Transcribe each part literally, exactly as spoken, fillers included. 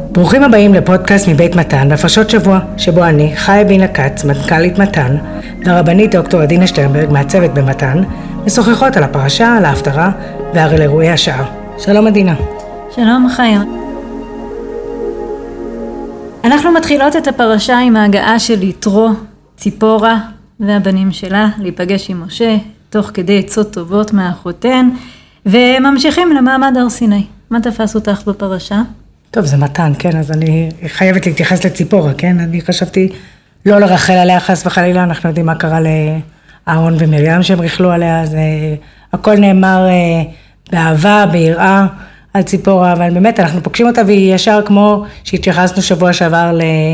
ברוכים הבאים לפודקאסט מבית מתן, בהפרשות שבוע, שבו אני, חיה בינה כץ, מנכ"לית מתן, והרבנית דוקטור עדינה שטרנברג, מהצוות במתן, משוחחות על הפרשה, על ההפטרה ועל אירועי השעה. שלום עדינה. שלום חיה. אנחנו מתחילות את הפרשה עם ההגעה של יתרו, ציפורה והבנים שלה, להיפגש עם משה, תוך כדי עצות טובות מאחותיהן, וממשיכים למעמד הר סיני. מה תפס אותך בפרשה? טוב, זה מתן, כן, אז אני חייבת להתייחס לציפורה, כן? אני חשבתי לא לרחל עליה חס וחלילה, אנחנו יודעים מה קרה לאהרון ומרים שהם ריחלו עליה, אז הכל נאמר באהבה, ביראה על ציפורה, אבל באמת אנחנו פוגשים אותה והיא ישר כמו שהתייחסנו שבוע שעבר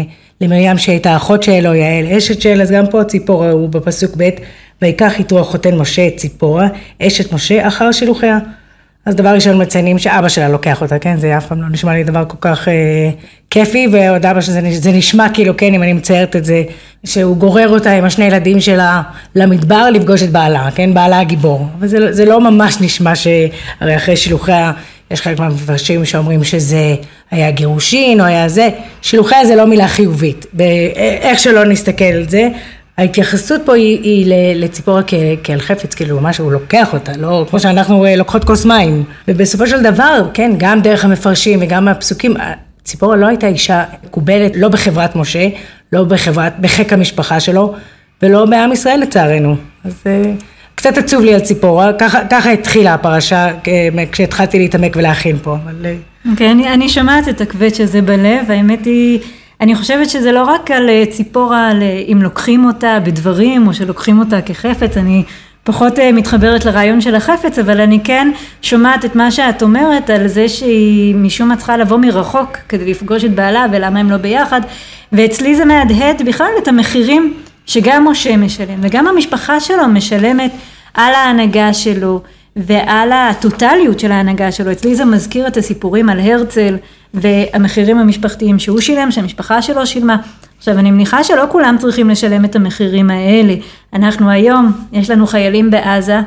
למרים שהייתה אחות שלו, יעל אשת של, אז גם פה ציפורה הוא בפסוק ב' ויקח יתרו חותן משה את ציפורה, אשת משה אחר שילוחיה. אז דבר ראשון מציינים שאבא שלה לוקח אותה, כן? זה אף פעם לא נשמע לי דבר כל כך אה, כיפי, ועוד אבא שזה זה נשמע כאילו, כן, אם אני מציירת את זה, שהוא גורר אותה עם השני ילדים שלה למדבר לפגוש את בעלה, כן? בעלה הגיבור. אבל זה, זה לא ממש נשמע שהרי אחרי שילוחיה, יש חלק מהמפרשים שאומרים שזה היה גירושין או היה זה, שילוחיה זה לא מילה חיובית, איך שלא נסתכל על זה, ההתייחסות פה היא, היא לציפורה כאל חפץ, כאילו ממש הוא לוקח אותה, לא כמו שאנחנו לוקחות כוס מים. ובסופו של דבר, כן, גם דרך המפרשים וגם הפסוקים, ציפורה לא הייתה אישה מקובלת, לא בחברת משה, לא בחברת, בחיק המשפחה שלו, ולא בעם ישראל לצערנו. אז קצת עצוב לי על ציפורה, ככה, ככה התחילה הפרשה, כשהתחלתי להתעמק ולהכין פה. אבל... אוקיי, אני, אני שומעת את הכבד שזה בלב, האמת היא... אני חושבת שזה לא רק על ציפורה, על אם לוקחים אותה בדברים או שלוקחים אותה כחפץ, אני פחות מתחברת לרעיון של החפץ, אבל אני כן שומעת את מה שאת אומרת על זה שהיא משום מה צריכה לבוא מרחוק כדי לפגוש את בעלה ולמה הם לא ביחד, ואצלי זה מהדהד בכלל את המחירים שגם משה משלם וגם המשפחה שלו משלמת על ההנהגה שלו ועל הטוטליות של ההנהגה שלו. אצלי זה מזכיר את הסיפורים על הרצל והמחירים המשפחתיים שהוא שילם, שהמשפחה שלו שילמה. עכשיו אני מניחה שלא כולם צריכים לשלם את המחירים האלה. אנחנו היום, יש לנו חיילים בעזה,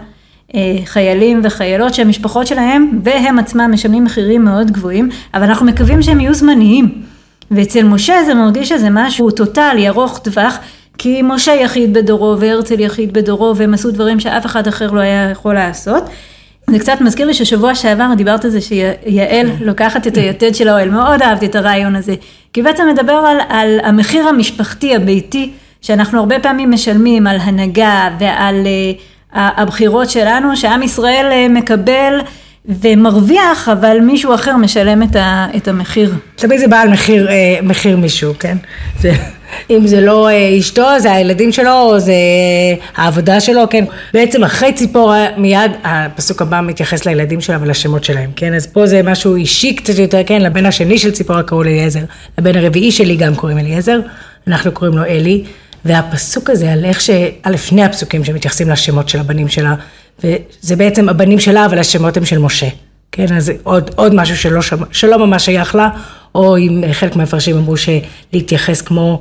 חיילים וחיילות שהמשפחות שלהם והם עצמם משלמים מחירים מאוד גבוהים, אבל אנחנו מקווים שהם יהיו זמניים. ואצל משה זה מרגיש שזה משהו טוטלי, ארוך טווח, כי משה יחיד בדורו והרצל יחיד בדורו, והם עשו דברים שאף אחד אחר לא היה יכול לעשות. זה קצת מזכיר לי ששבוע שעבר דיברת על זה שיעל לוקחת את היתד של האוהל, מאוד אהבתי את הרעיון הזה, כי בעצם מדבר על, על המחיר המשפחתי הביתי, שאנחנו הרבה פעמים משלמים על הנהגה ועל uh, הבחירות שלנו, שעם ישראל uh, מקבל ומרוויח, אבל מישהו אחר משלם את, ה, את המחיר. תמיד זה בא על מחיר, uh, מחיר מישהו, כן? זה... אם זה לא אשתו, זה הילדים שלו, או זה העבודה שלו, כן. בעצם אחרי ציפורה, מיד הפסוק הבא מתייחס לילדים שלה ולשמות שלהם, כן. אז פה זה משהו אישי קצת יותר, כן. לבן השני של ציפורה קראו אליעזר, לבן הרביעי שלי גם קוראים אליעזר, אנחנו קוראים לו אלי, והפסוק הזה על איך ש... על שני הפסוקים שמתייחסים לשמות של הבנים שלה, וזה בעצם הבנים שלה, אבל השמות הם של משה, כן. אז עוד, עוד משהו שלא, שלא ממש שייך לה, או אם חלק מהמפרשים אמרו שלהתייחס כמו,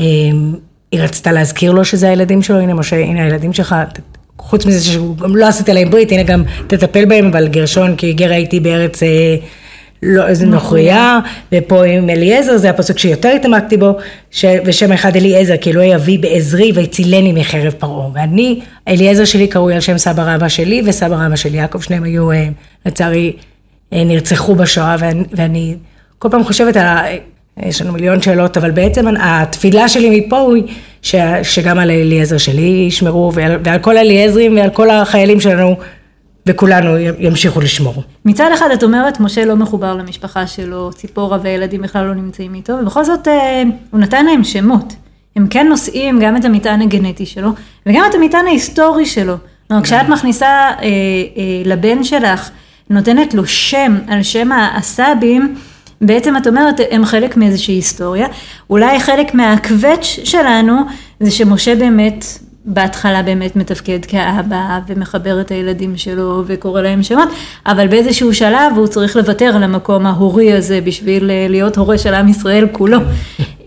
היא רצתה להזכיר לו שזה הילדים שלו, הנה משה, הנה הילדים שלך, חוץ מזה שהוא גם לא עשית עליהם ברית, הנה גם תטפל בהם, אבל גרשון, כי גר הייתי בארץ לא, איזה נוכריה, ופה עם אליעזר, זה הפסוק שיותר התעמקתי בו, ש, ושם אחד אליעזר, כי אלוהי אבי בעזרי והצילני מחרב פרעה, ואני, אליעזר שלי קרוי על שם סבא רבא שלי, וסבא רבא שלי, יעקב, שניהם היו, לצערי, נרצחו בשואה, ואני, ואני כל פעם חושבת על ה... יש לנו מיליון שאלות, אבל בעצם התפילה שלי מפה היא ש, שגם על אליעזר שלי ישמרו, ועל, ועל כל אליעזרים ועל כל החיילים שלנו, וכולנו ימשיכו לשמור. מצד אחד את אומרת, משה לא מחובר למשפחה שלו, ציפורה וילדים בכלל לא נמצאים איתו, ובכל זאת הוא נתן להם שמות. הם כן נושאים גם את המטען הגנטי שלו, וגם את המטען ההיסטורי שלו. כלומר, כשאת מכניסה אה, אה, לבן שלך, נותנת לו שם על שם הסבים, בעצם את אומרת, הם חלק מאיזושהי היסטוריה. אולי חלק מהקווץ' שלנו, זה שמשה באמת, בהתחלה באמת מתפקד כאבא, ומחבר את הילדים שלו, וקורא להם שמות, אבל באיזשהו שלב הוא צריך לוותר על המקום ההורי הזה, בשביל להיות הורה של עם ישראל כולו.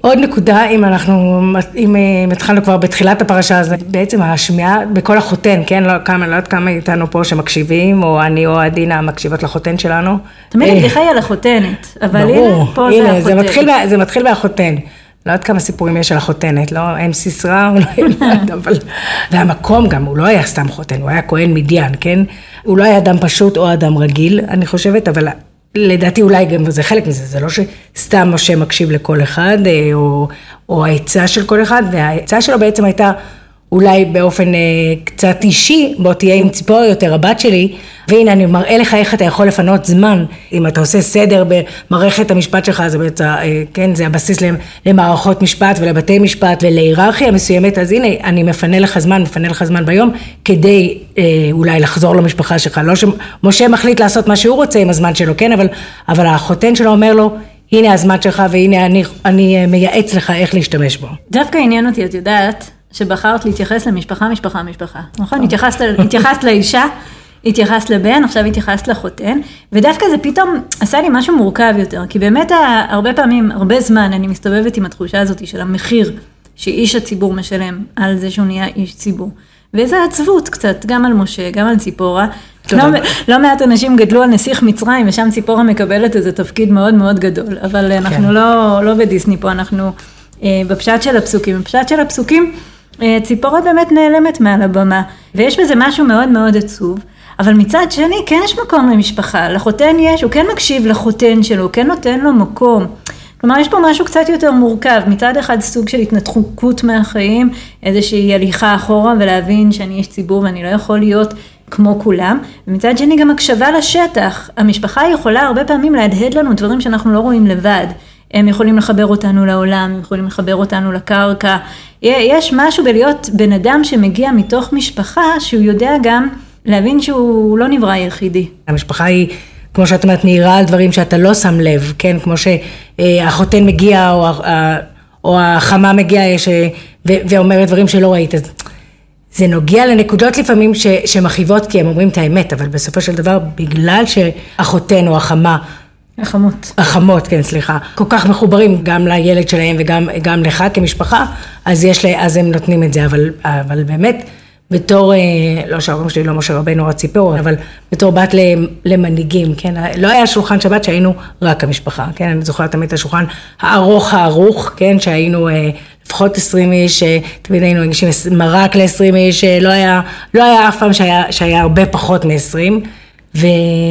עוד נקודה, אם אנחנו, אם התחלנו כבר בתחילת הפרשה, אז בעצם השמיעה בכל החותן, כן? לא כמה, לא יודעת כמה איתנו פה שמקשיבים, או אני או עדינה מקשיבות לחותן שלנו. תמיד הבדיחה היא על החותנת, אבל הנה, פה זה החותן. זה מתחיל, זה מתחיל מהחותן. לא יודעת כמה סיפורים יש על החותנת, לא? אין סיסרה, הוא לא יודעת, אבל... והמקום גם, הוא לא היה סתם חותן, הוא היה כהן מדיין, כן? הוא לא היה אדם פשוט או אדם רגיל, אני חושבת, אבל... לדעתי אולי גם זה חלק מזה, זה לא שסתם משה מקשיב לכל אחד, או, או העצה של כל אחד, והעצה שלו בעצם הייתה אולי באופן אה, קצת אישי, בוא תהיה עם ציפור יותר, הבת שלי, והנה אני מראה לך איך אתה יכול לפנות זמן, אם אתה עושה סדר במערכת המשפט שלך, זה בעצם, אה, כן, זה הבסיס למערכות משפט ולבתי משפט ולהיררכיה מסוימת, אז הנה אני מפנה לך זמן, מפנה לך זמן ביום, כדי אה, אולי לחזור למשפחה שלך, לא שמשה מחליט לעשות מה שהוא רוצה עם הזמן שלו, כן, אבל, אבל החותן שלו אומר לו, הנה הזמן שלך והנה אני, אני מייעץ לך איך להשתמש בו. דווקא עניין אותי, את יודעת, שבחרת להתייחס למשפחה, משפחה, משפחה. נכון? התייחסת, התייחסת לאישה, התייחסת לבן, עכשיו התייחסת לחותן, ודווקא זה פתאום עשה לי משהו מורכב יותר, כי באמת הרבה פעמים, הרבה זמן, אני מסתובבת עם התחושה הזאת של המחיר שאיש הציבור משלם על זה שהוא נהיה איש ציבור. ואיזו עצבות קצת, גם על משה, גם על ציפורה. לא, לא מעט אנשים גדלו על נסיך מצרים, ושם ציפורה מקבלת איזה תפקיד מאוד מאוד גדול, אבל אנחנו כן. לא, לא בדיסני פה, אנחנו אה, בפשט של הפסוקים. בפשט של הפסוקים, ציפורה באמת נעלמת מעל הבמה, ויש בזה משהו מאוד מאוד עצוב, אבל מצד שני כן יש מקום למשפחה, לחותן יש, הוא כן מקשיב לחותן שלו, הוא כן נותן לו מקום, כלומר יש פה משהו קצת יותר מורכב, מצד אחד סוג של התנתקות מהחיים, איזושהי הליכה אחורה ולהבין שאני איש ציבור ואני לא יכול להיות כמו כולם, ומצד שני גם הקשבה לשטח, המשפחה יכולה הרבה פעמים להדהד לנו דברים שאנחנו לא רואים לבד, הם יכולים לחבר אותנו לעולם, הם יכולים לחבר אותנו לקרקע. יש משהו בלהיות בן אדם שמגיע מתוך משפחה, שהוא יודע גם להבין שהוא לא נברא יחידי. המשפחה היא, כמו שאת אומרת, נהירה על דברים שאתה לא שם לב, כן? כמו שהחותן מגיע, או, או החמה מגיעה ואומרת דברים שלא ראית. אז זה נוגע לנקודות לפעמים ש, שמחיבות, כי הם אומרים את האמת, אבל בסופו של דבר, בגלל שהחותן או החמה, החמות. החמות, כן, סליחה. כל כך מחוברים גם לילד שלהם וגם גם לך כמשפחה, אז יש לה, אז הם נותנים את זה, אבל, אבל באמת, בתור, לא שההורים שלי לא משה רבנו או ציפור, אבל בתור בת למנהיגים, כן, לא היה שולחן שבת שהיינו רק המשפחה, כן, אני זוכרת תמיד את השולחן הארוך הארוך, כן, שהיינו לפחות עשרים איש, תמיד היינו אנשים מרק ל-עשרים איש, לא היה, לא היה אף פעם שהיה, שהיה הרבה פחות מ-עשרים, ו...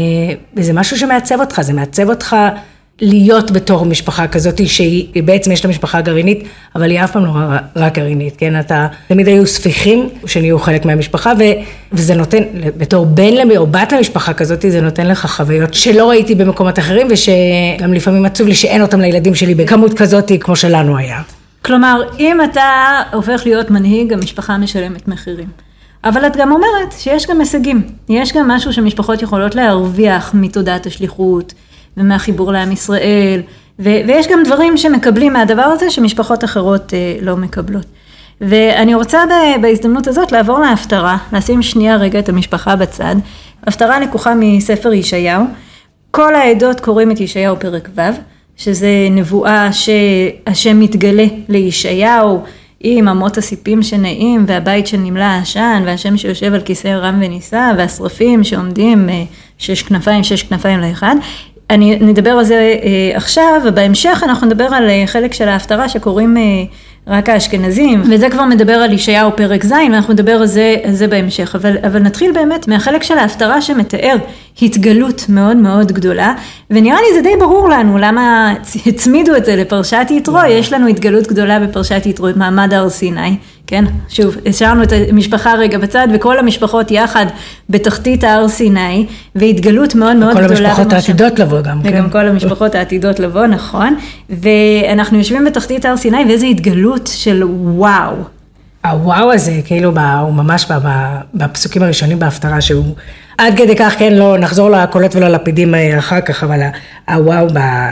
וזה משהו שמעצב אותך, זה מעצב אותך להיות בתור משפחה כזאת, שהיא בעצם יש לה משפחה גרעינית, אבל היא אף פעם לא רק גרעינית, כן? אתה תמיד היו ספיחים שנהיו חלק מהמשפחה, ו... וזה נותן, בתור בן למי או בת למשפחה כזאת, זה נותן לך חוויות שלא ראיתי במקומות אחרים, ושגם לפעמים עצוב לי שאין אותם לילדים שלי בכמות כזאת כמו שלנו היה. כלומר, אם אתה הופך להיות מנהיג, המשפחה משלמת מחירים. אבל את גם אומרת שיש גם הישגים, יש גם משהו שמשפחות יכולות להרוויח מתודעת השליחות ומהחיבור לעם ישראל, ו- ויש גם דברים שמקבלים מהדבר הזה שמשפחות אחרות אה, לא מקבלות. ואני רוצה בהזדמנות הזאת לעבור להפטרה, לשים שנייה רגע את המשפחה בצד. הפטרה לקוחה מספר ישעיהו, כל העדות קוראים את ישעיהו פרק ו', שזה נבואה שהשם מתגלה לישעיהו, עם אמות הסיפים שנעים, והבית שנמלא העשן, והשם שיושב על כיסא רם ונישא, והשרפים שעומדים שש כנפיים, שש כנפיים לאחד. אני נדבר על זה עכשיו, ובהמשך אנחנו נדבר על חלק של ההפטרה שקוראים רק האשכנזים, וזה כבר מדבר על ישעיהו פרק ז', ואנחנו נדבר על זה, על זה בהמשך. אבל, אבל נתחיל באמת מהחלק של ההפטרה שמתאר התגלות מאוד מאוד גדולה, ונראה לי זה די ברור לנו למה הצמידו את זה לפרשת יתרו, יש לנו התגלות גדולה בפרשת יתרו, את מעמד הר סיני, כן? שוב, השארנו את המשפחה רגע בצד, וכל המשפחות יחד בתחתית הר סיני, והתגלות מאוד מאוד גדולה. כל המשפחות העתידות לבוא גם, כן? וגם כל המשפחות העתידות לבוא, נכון. ואנחנו יושבים בתחתית הר סיני, ואיזו התגלות של וואו. הוואו הזה, כאילו, הוא ממש בפסוקים הראשונים בהפטרה, שהוא עד כדי כך, כן, לא נחזור לקולות וללפידים אחר כך, אבל הוואו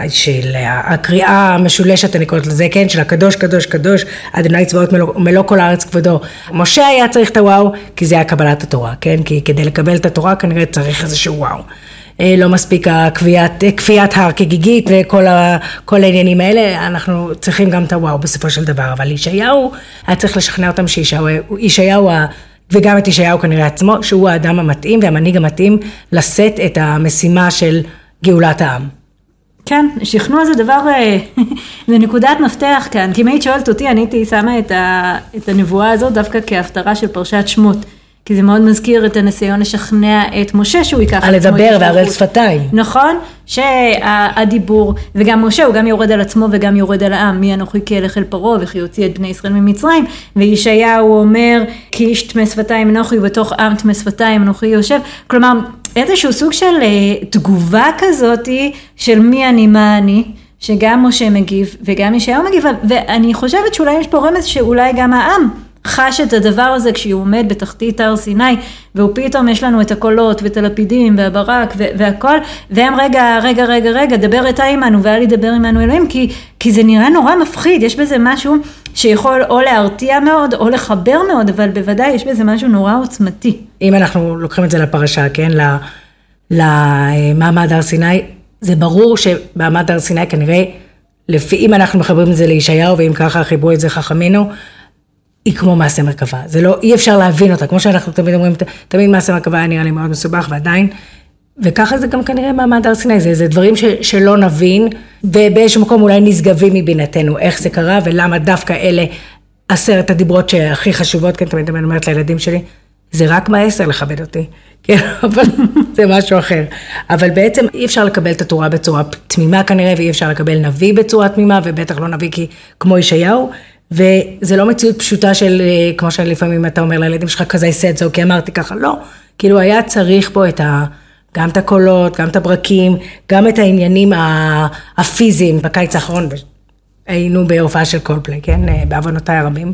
של הקריאה המשולשת, אני קוראת לזה, כן, של הקדוש, קדוש, קדוש, אדוני צבאות מלוא כל הארץ כבודו. משה היה צריך את הוואו, כי זה היה קבלת התורה, כן, כי כדי לקבל את התורה כנראה צריך איזשהו וואו. לא מספיק הקביעת, קביעת הר כגיגית וכל ה, כל העניינים האלה, אנחנו צריכים גם את הוואו בסופו של דבר, אבל ישעיהו, היה צריך לשכנע אותם שישעיהו, ישעיהו, וגם את ישעיהו כנראה עצמו, שהוא האדם המתאים והמנהיג המתאים לשאת את המשימה של גאולת העם. כן, שכנוע זה דבר, זה נקודת מפתח כאן, כי אם היית שואלת אותי, אני הייתי שמה את, ה, את הנבואה הזאת דווקא כהפטרה של פרשת שמות, כי זה מאוד מזכיר את הניסיון לשכנע את משה שהוא ייקח על לדבר וערל שפתיים. נכון, שהדיבור, וגם משה הוא גם יורד על עצמו וגם יורד על העם, מי אנוכי כהלך אל פרעה וכי יוציא את בני ישראל ממצרים, וישעיהו אומר כי איש תמי שפתיים אנוכי ובתוך עם תמי שפתיים אנוכי יושב, כלומר איזשהו סוג של תגובה כזאת של מי אני מה אני, שגם משה מגיב וגם ישעיהו מגיב, ואני חושבת שאולי יש פה רמז שאולי גם העם חש את הדבר הזה כשהוא עומד בתחתית הר סיני, והוא פתאום יש לנו את הקולות ואת הלפידים והברק והכל, והם רגע, רגע, רגע, רגע, דבר איתה עמנו ואל ידבר עמנו אלוהים, כי, כי זה נראה נורא מפחיד, יש בזה משהו שיכול או להרתיע מאוד או לחבר מאוד, אבל בוודאי יש בזה משהו נורא עוצמתי. אם אנחנו לוקחים את זה לפרשה, כן, למעמד הר סיני, זה ברור שבמעמד הר סיני כנראה, לפי אם אנחנו מחברים את זה לישעיהו, ואם ככה חיברו את זה חכמינו, היא כמו מעשה מרכבה, זה לא, אי אפשר להבין אותה, כמו שאנחנו תמיד אומרים, תמיד מעשה מרכבה היה נראה לי מאוד מסובך, ועדיין, וככה זה גם כנראה מעמד הר סיני, זה, זה דברים ש, שלא נבין, ובאיזשהו מקום אולי נשגבים מבינתנו, איך זה קרה, ולמה דווקא אלה עשרת הדיברות שהכי חשובות, כן, תמיד אני אומרת לילדים שלי, זה רק בעשר לכבד אותי, כן, אבל זה משהו אחר, אבל בעצם אי אפשר לקבל את התורה בצורה תמימה כנראה, ואי אפשר לקבל נביא בצורה תמימה, ובטח לא נביא כי, כמו ישעיהו, וזה לא מציאות פשוטה של, כמו שלפעמים אתה אומר לילדים שלך, כזה יסד זו, כי אמרתי ככה, לא. כאילו היה צריך פה את ה, גם את הקולות, גם את הברקים, גם את העניינים הפיזיים. בקיץ האחרון היינו בהופעה של קולפליי, כן? בעוונותיי הרבים.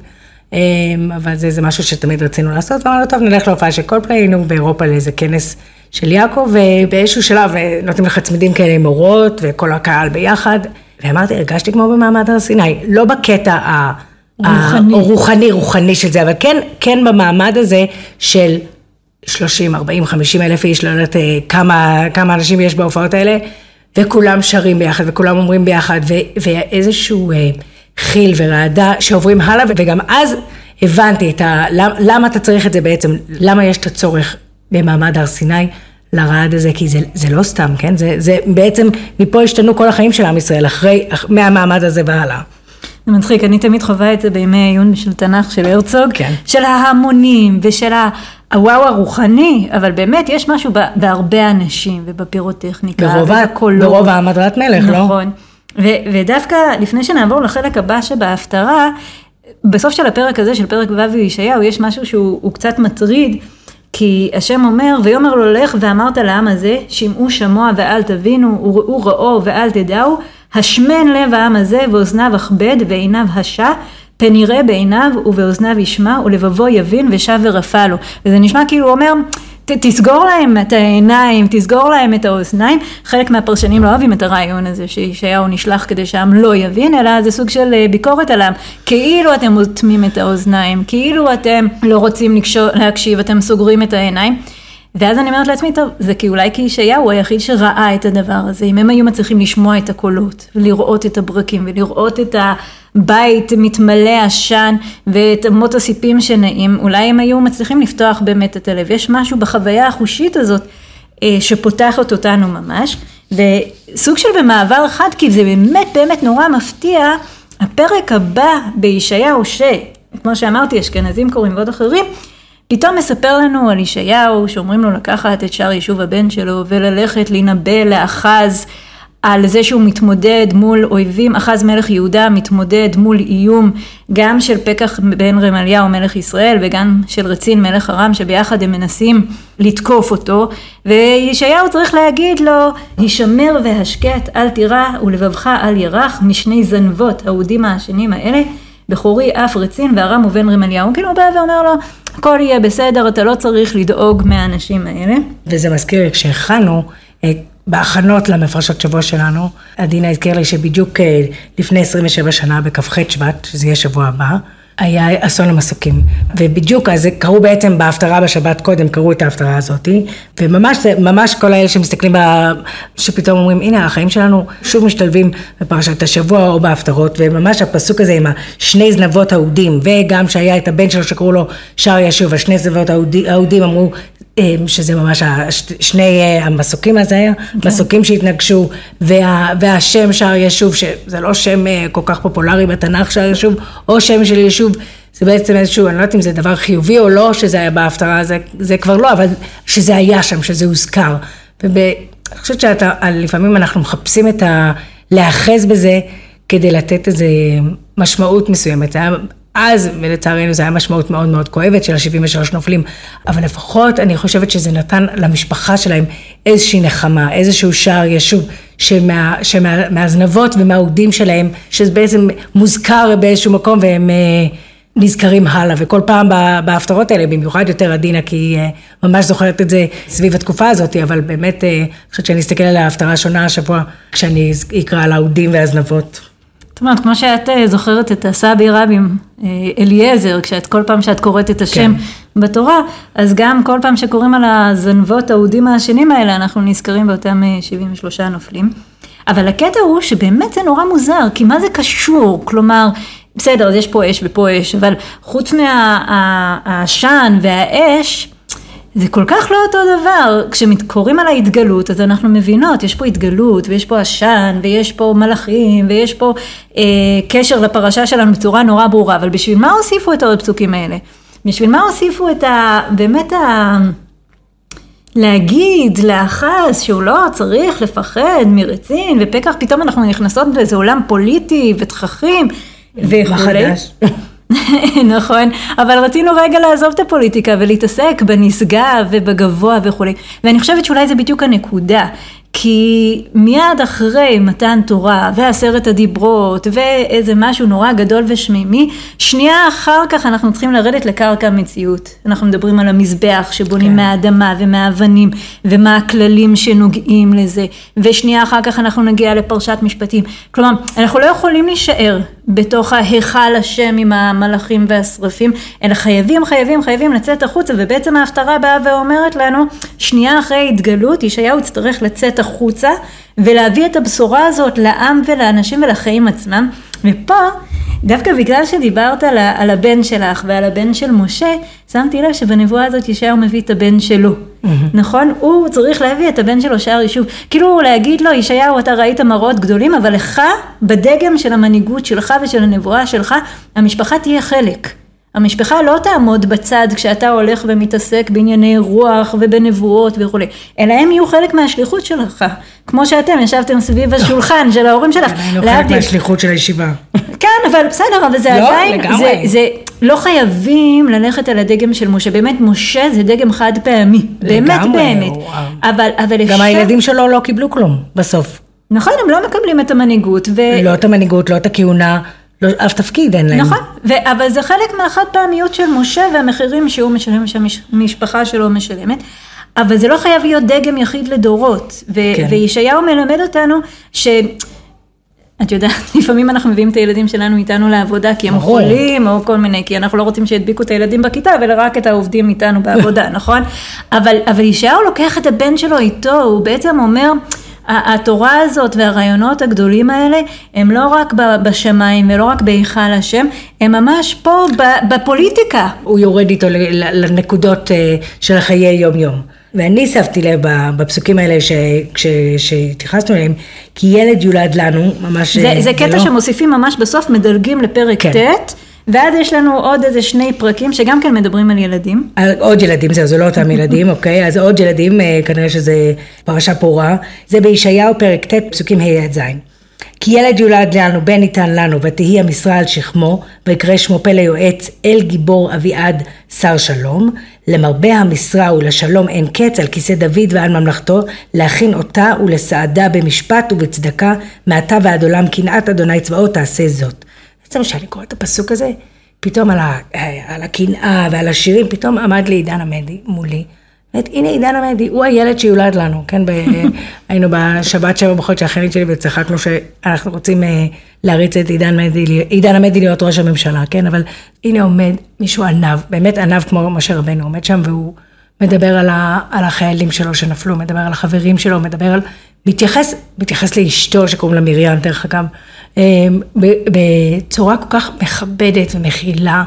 אבל זה, זה משהו שתמיד רצינו לעשות, ואמרנו, טוב, נלך להופעה של קולפליי, היינו באירופה לאיזה כנס של יעקב, ובאיזשהו שלב נותנים לך צמידים כאלה עם אורות, וכל הקהל ביחד. ואמרתי, הרגשתי כמו במעמד הר סיני, לא בקטע הרוחני, רוחני, רוחני של זה, אבל כן, כן במעמד הזה של שלושים, ארבעים, חמישים אלף איש, לא יודעת כמה, כמה אנשים יש בהופעות האלה, וכולם שרים ביחד, וכולם אומרים ביחד, ו, ואיזשהו חיל ורעדה שעוברים הלאה, וגם אז הבנתי את ה, למה, למה אתה צריך את זה בעצם, למה יש את הצורך במעמד הר סיני, לרעד הזה, כי זה, זה לא סתם, כן? זה, זה בעצם, מפה השתנו כל החיים של עם ישראל, אחרי, מהמעמד הזה והלאה. זה מצחיק, אני תמיד חווה את זה בימי העיון של תנ"ך, של הרצוג, כן. של ההמונים, ושל הוואו הרוחני, אבל באמת יש משהו בהרבה אנשים, ובפירוטכניקה, ובקולות. ברוב העמדת מלך, נכון. לא? נכון. ודווקא, לפני שנעבור לחלק הבא שבהפטרה, בסוף של הפרק הזה, של פרק ו' וישעיהו, יש משהו שהוא קצת מטריד, כי השם אומר, ויאמר לו לך ואמרת לעם הזה, שמעו שמוע ואל תבינו, וראו ראו ואל תדעו, השמן לב העם הזה ואוזניו אכבד ועיניו השע, פן יראה בעיניו ובאוזניו ישמע ולבבו יבין ושב ורפא לו. וזה נשמע כאילו הוא אומר, תסגור להם את העיניים, תסגור להם את האוזניים. חלק מהפרשנים לא אוהבים את הרעיון הזה שישעיהו נשלח כדי שהעם לא יבין, אלא זה סוג של ביקורת עליהם. כאילו אתם מוטמים את האוזניים, כאילו אתם לא רוצים להקשיב, אתם סוגרים את העיניים. ואז אני אומרת לעצמי, טוב, זה כי אולי כי ישעיהו הוא היחיד שראה את הדבר הזה. אם הם היו מצליחים לשמוע את הקולות, לראות את הברקים ולראות את הבית מתמלא עשן ואת אמות הסיפים שנעים, אולי הם היו מצליחים לפתוח באמת את הלב. יש משהו בחוויה החושית הזאת שפותחת אותנו ממש, וסוג של במעבר אחד, כי זה באמת באמת נורא מפתיע, הפרק הבא בישעיהו, שכמו שאמרתי, אשכנזים קוראים ועוד אחרים, פתאום מספר לנו על ישעיהו שאומרים לו לקחת את שער יישוב הבן שלו וללכת להינבא לאחז על זה שהוא מתמודד מול אויבים. אחז מלך יהודה מתמודד מול איום גם של פקח בן רמליהו מלך ישראל וגם של רצין מלך ארם, שביחד הם מנסים לתקוף אותו, וישעיהו צריך להגיד לו, הישמר והשקט אל תירא ולבבך אל ירח משני זנבות האודים העשנים האלה, בחורי אף רצין וארם ובן רמליהו. כאילו הוא בא ואומר לו, הכל יהיה בסדר, אתה לא צריך לדאוג מהאנשים האלה. וזה מזכיר, כשהכנו בהכנות למפרשות שבוע שלנו, עדינה הזכיר לי שבדיוק לפני עשרים ושבע שנה בכ"ח שבט, שזה יהיה שבוע הבא, היה אסון המסוקים, ובדיוק אז קראו בעצם בהפטרה בשבת קודם, קראו את ההפטרה הזאת, וממש ממש כל האלה שמסתכלים, בה, שפתאום אומרים, הנה החיים שלנו שוב משתלבים בפרשת השבוע או בהפטרות, וממש הפסוק הזה עם השני זנבות האודים, וגם שהיה את הבן שלו שקראו לו שער ישוב, השני זנבות האודים אמרו, שזה ממש שני המסוקים הזה היה, okay. מסוקים שהתנגשו, וה, והשם שער ישוב, שזה לא שם כל כך פופולרי בתנ"ך שער ישוב, או שם של ישוב, זה בעצם איזשהו, אני לא יודעת אם זה דבר חיובי או לא, שזה היה בהפטרה, זה, זה כבר לא, אבל שזה היה שם, שזה הוזכר. ואני חושבת שלפעמים אנחנו מחפשים את ה... להאחז בזה, כדי לתת איזו משמעות מסוימת. זה היה... אז, ולצערנו, זה היה משמעות מאוד מאוד כואבת של ה-שבעים ושלוש נופלים, אבל לפחות אני חושבת שזה נתן למשפחה שלהם איזושהי נחמה, איזשהו שער ישוב, שמה, שמה, מהזנבות ומהעודים שלהם, שזה בעצם מוזכר באיזשהו מקום, והם נזכרים הלאה, וכל פעם בהפטרות האלה, במיוחד יותר עדינה, כי היא ממש זוכרת את זה סביב התקופה הזאת, אבל באמת, אני חושבת שאני אסתכל על ההפטרה השונה השבוע, כשאני אקרא על העודים והזנבות. זאת אומרת, כמו שאת זוכרת את הסבי רבים, אליעזר, כשאת כל פעם שאת קוראת את השם כן. בתורה, אז גם כל פעם שקוראים על הזנבות העודים השנים האלה, אנחנו נזכרים באותם שבעים ושלושה נופלים. אבל הקטע הוא שבאמת זה נורא מוזר, כי מה זה קשור? כלומר, בסדר, אז יש פה אש ופה אש, אבל חוץ מהעשן והאש, זה כל כך לא אותו דבר. כשמתקוראים על ההתגלות, אז אנחנו מבינות, יש פה התגלות, ויש פה עשן, ויש פה מלאכים, ויש פה אה, קשר לפרשה שלנו בצורה נורא ברורה, אבל בשביל מה הוסיפו את העוד פסוקים האלה? בשביל מה הוסיפו את ה... באמת ה... להגיד, לאחז, שהוא לא צריך לפחד מרצין, ופקח פתאום אנחנו נכנסות באיזה עולם פוליטי ותככים, וכולי. נכון, אבל רצינו רגע לעזוב את הפוליטיקה ולהתעסק בנשגב ובגבוה וכולי. ואני חושבת שאולי זה בדיוק הנקודה, כי מיד אחרי מתן תורה ועשרת הדיברות ואיזה משהו נורא גדול ושמימי, שנייה אחר כך אנחנו צריכים לרדת לקרקע המציאות. אנחנו מדברים על המזבח שבונים כן. מהאדמה ומהאבנים ומה הכללים שנוגעים לזה, ושנייה אחר כך אנחנו נגיע לפרשת משפטים. כלומר, אנחנו לא יכולים להישאר בתוך ההיכל השם עם המלאכים והשרפים, אלא חייבים, חייבים, חייבים לצאת החוצה, ובעצם ההפטרה באה ואומרת לנו, שנייה אחרי התגלות, ישעיהו יצטרך לצאת החוצה, ולהביא את הבשורה הזאת לעם ולאנשים ולחיים עצמם, ופה, דווקא בגלל שדיברת על, על הבן שלך ועל הבן של משה, שמתי לב שבנבואה הזאת ישעיהו מביא את הבן שלו. Mm-hmm. נכון? הוא צריך להביא את הבן שלו שער יישוב. כאילו להגיד לו, ישעיהו, אתה ראית מראות גדולים, אבל לך, בדגם של המנהיגות שלך ושל הנבואה שלך, המשפחה תהיה חלק. המשפחה לא תעמוד בצד כשאתה הולך ומתעסק בענייני רוח ובנבואות וכו', אלא הם יהיו חלק מהשליחות שלך, כמו שאתם ישבתם סביב השולחן של ההורים שלך. אני לא חלק מהשליחות של הישיבה. כן, אבל בסדר, אבל זה עדיין, זה לא חייבים ללכת על הדגם של משה, באמת משה זה דגם חד פעמי, באמת באמת, אבל גם הילדים שלו לא קיבלו כלום בסוף. נכון, הם לא מקבלים את המנהיגות. לא את המנהיגות, לא את הכהונה, לא, אף תפקיד אין להם. נכון, ו- אבל זה חלק מהחד פעמיות של משה והמחירים שהוא משלם, שהמשפחה שלו משלמת, אבל זה לא חייב להיות דגם יחיד לדורות, ו- כן. וישעיהו מלמד אותנו ש... את יודעת, לפעמים אנחנו מביאים את הילדים שלנו איתנו לעבודה, כי הם חולים או כל מיני, כי אנחנו לא רוצים שידביקו את הילדים בכיתה, ולא רק את העובדים איתנו בעבודה, נכון? אבל, אבל ישעיהו לוקח את הבן שלו איתו, הוא בעצם אומר... התורה הזאת והרעיונות הגדולים האלה, הם לא רק בשמיים ולא רק בהיכל השם, הם ממש פה בפוליטיקה. הוא יורד איתו לנקודות של חיי יום יום. ואני שפתי לב בפסוקים האלה שהתייחסנו אליהם, כי ילד יולד לנו, ממש... זה, זה קטע לא... שמוסיפים ממש בסוף, מדלגים לפרק כן. ת', ואז יש לנו עוד איזה שני פרקים שגם כן מדברים על ילדים. על עוד ילדים, זהו, זה לא אותם ילדים, אוקיי? אז עוד ילדים, כנראה שזה פרשה פורה. זה בישעיהו פרק ט', פסוקים ה' עד ז'. כי ילד יולד לנו, בן ניתן לנו, ותהי המשרה על שכמו, ויקרא שמו פלא יועץ, אל גיבור אביעד שר שלום. למרבה המשרה ולשלום אין קץ על כיסא דוד ועל ממלכתו, להכין אותה ולסעדה במשפט ובצדקה, מעתה ועד עולם קנאת אדוני צבאות תעשה זאת. בעצם כשאני קוראת את הפסוק הזה, פתאום על, ה, על הקנאה ועל השירים, פתאום עמד לי עידן עמדי מולי, באמת, הנה עידן עמדי, הוא הילד שיולד לנו, כן? ב... היינו בשבת שבע בחודש האחרית שלי וצחקנו שאנחנו רוצים להריץ את עידן עמדי, עידן עמדי להיות ראש הממשלה, כן? אבל הנה עומד מישהו ענב, באמת ענב כמו משה רבנו, עומד שם והוא מדבר על, ה... על החיילים שלו שנפלו, מדבר על החברים שלו, מדבר על... מתייחס, מתייחס לאשתו שקוראים לה מרים, דרך אגב, בצורה כל כך מכבדת ומכילה,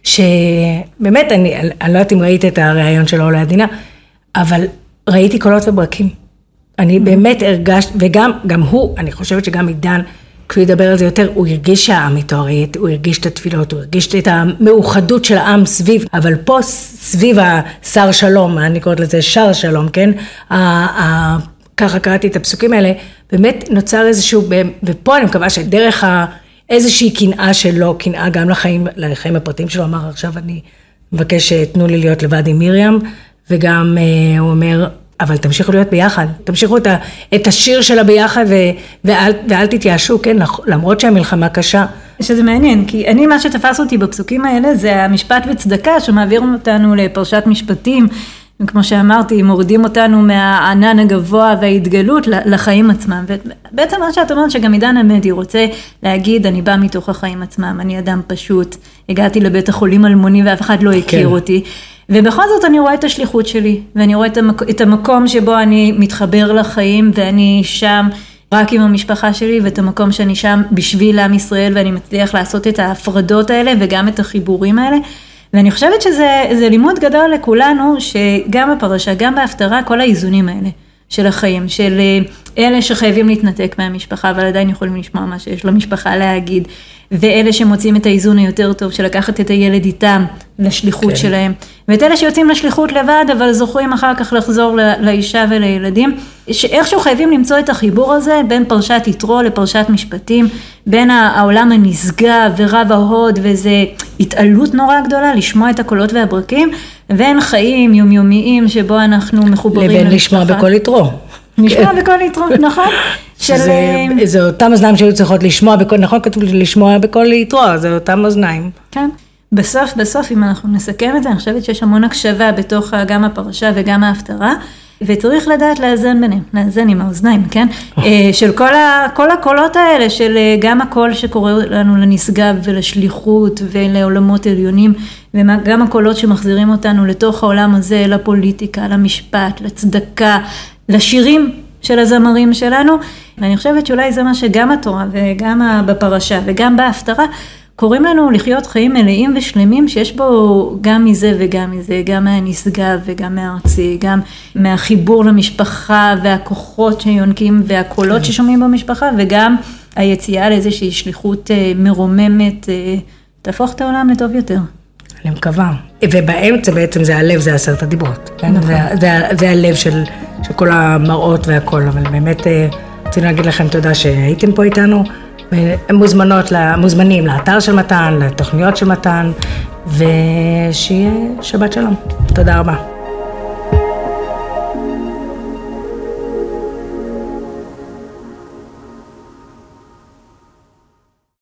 שבאמת, אני, אני לא יודעת אם ראית את הרעיון שלו או לעדינה, אבל ראיתי קולות וברקים. אני באמת הרגשת, וגם גם הוא, אני חושבת שגם עידן, כשהוא ידבר על זה יותר, הוא הרגיש שהעם איתו, הוא הרגיש את התפילות, הוא הרגיש את המאוחדות של העם סביב, אבל פה סביב השר שלום, אני קוראת לזה שר שלום, כן? ככה קראתי את הפסוקים האלה, באמת נוצר איזשהו, ופה אני מקווה שדרך איזושהי קנאה שלו, קנאה גם לחיים, לחיים הפרטיים שלו, אמר עכשיו אני מבקש שתנו לי להיות לבד עם מרים, וגם הוא אומר, אבל תמשיכו להיות ביחד, תמשיכו את, ה, את השיר שלה ביחד, ו, ואל, ואל תתייאשו, כן, למרות שהמלחמה קשה. שזה מעניין, כי אני, מה שתפס אותי בפסוקים האלה, זה המשפט וצדקה, שמעבירים אותנו לפרשת משפטים, כמו שאמרתי, מורידים אותנו מהענן הגבוה וההתגלות לחיים עצמם. ובעצם מה שאת אומרת שגם עידן עמדי רוצה להגיד, אני בא מתוך החיים עצמם, אני אדם פשוט, הגעתי לבית החולים אלמוני ואף אחד לא הכיר כן. אותי. ובכל זאת אני רואה את השליחות שלי, ואני רואה את המקום שבו אני מתחבר לחיים, ואני שם רק עם המשפחה שלי, ואת המקום שאני שם בשביל עם ישראל, ואני מצליח לעשות את ההפרדות האלה, וגם את החיבורים האלה. ואני חושבת שזה זה לימוד גדול לכולנו, שגם בפרשה, גם בהפטרה, כל האיזונים האלה של החיים, של אלה שחייבים להתנתק מהמשפחה, אבל עדיין יכולים לשמוע מה שיש למשפחה להגיד, ואלה שמוצאים את האיזון היותר טוב, של לקחת את הילד איתם לשליחות כן. שלהם, ואת אלה שיוצאים לשליחות לבד, אבל זוכרים אחר כך לחזור לאישה ולילדים, שאיכשהו חייבים למצוא את החיבור הזה, בין פרשת יתרו לפרשת משפטים, בין העולם הנשגב ורב ההוד, וזה התעלות נורא גדולה, לשמוע את הקולות והברקים, ואין חיים יומיומיים שבו אנחנו מחוברים לבין לשמוע בכל יתרו. לשמוע בכל יתרו, נכון? זה אותם אוזניים שהיו צריכות לשמוע, נכון כתוב לשמוע בכל יתרו, זה אותם אוזניים. כן. בסוף, בסוף, אם אנחנו נסכם את זה, אני חושבת שיש המון הקשבה בתוך גם הפרשה וגם ההפטרה, וצריך לדעת לאזן ביניהם, לאזן עם האוזניים, כן? של כל, ה, כל הקולות האלה, של גם הקול שקורא לנו לנשגב ולשליחות ולעולמות עליונים, וגם הקולות שמחזירים אותנו לתוך העולם הזה, לפוליטיקה, למשפט, לצדקה, לשירים של הזמרים שלנו, ואני חושבת שאולי זה מה שגם התורה וגם בפרשה וגם בהפטרה, קוראים לנו לחיות חיים מלאים ושלמים, שיש בו גם מזה וגם מזה, גם מהנשגב וגם מהארצי, גם מהחיבור למשפחה והכוחות שיונקים והקולות ששומעים במשפחה, וגם היציאה לאיזושהי שליחות מרוממת, תהפוך את העולם לטוב יותר. אני מקווה. ובאמצע בעצם זה הלב, זה עשרת הדיברות. זה, זה, זה הלב של, של כל המראות והכל, אבל באמת רצינו להגיד לכם תודה שהייתם פה איתנו, מוזמנות, מוזמנים לאתר של מתן, לתוכניות של מתן, ושיהיה שבת שלום. תודה רבה.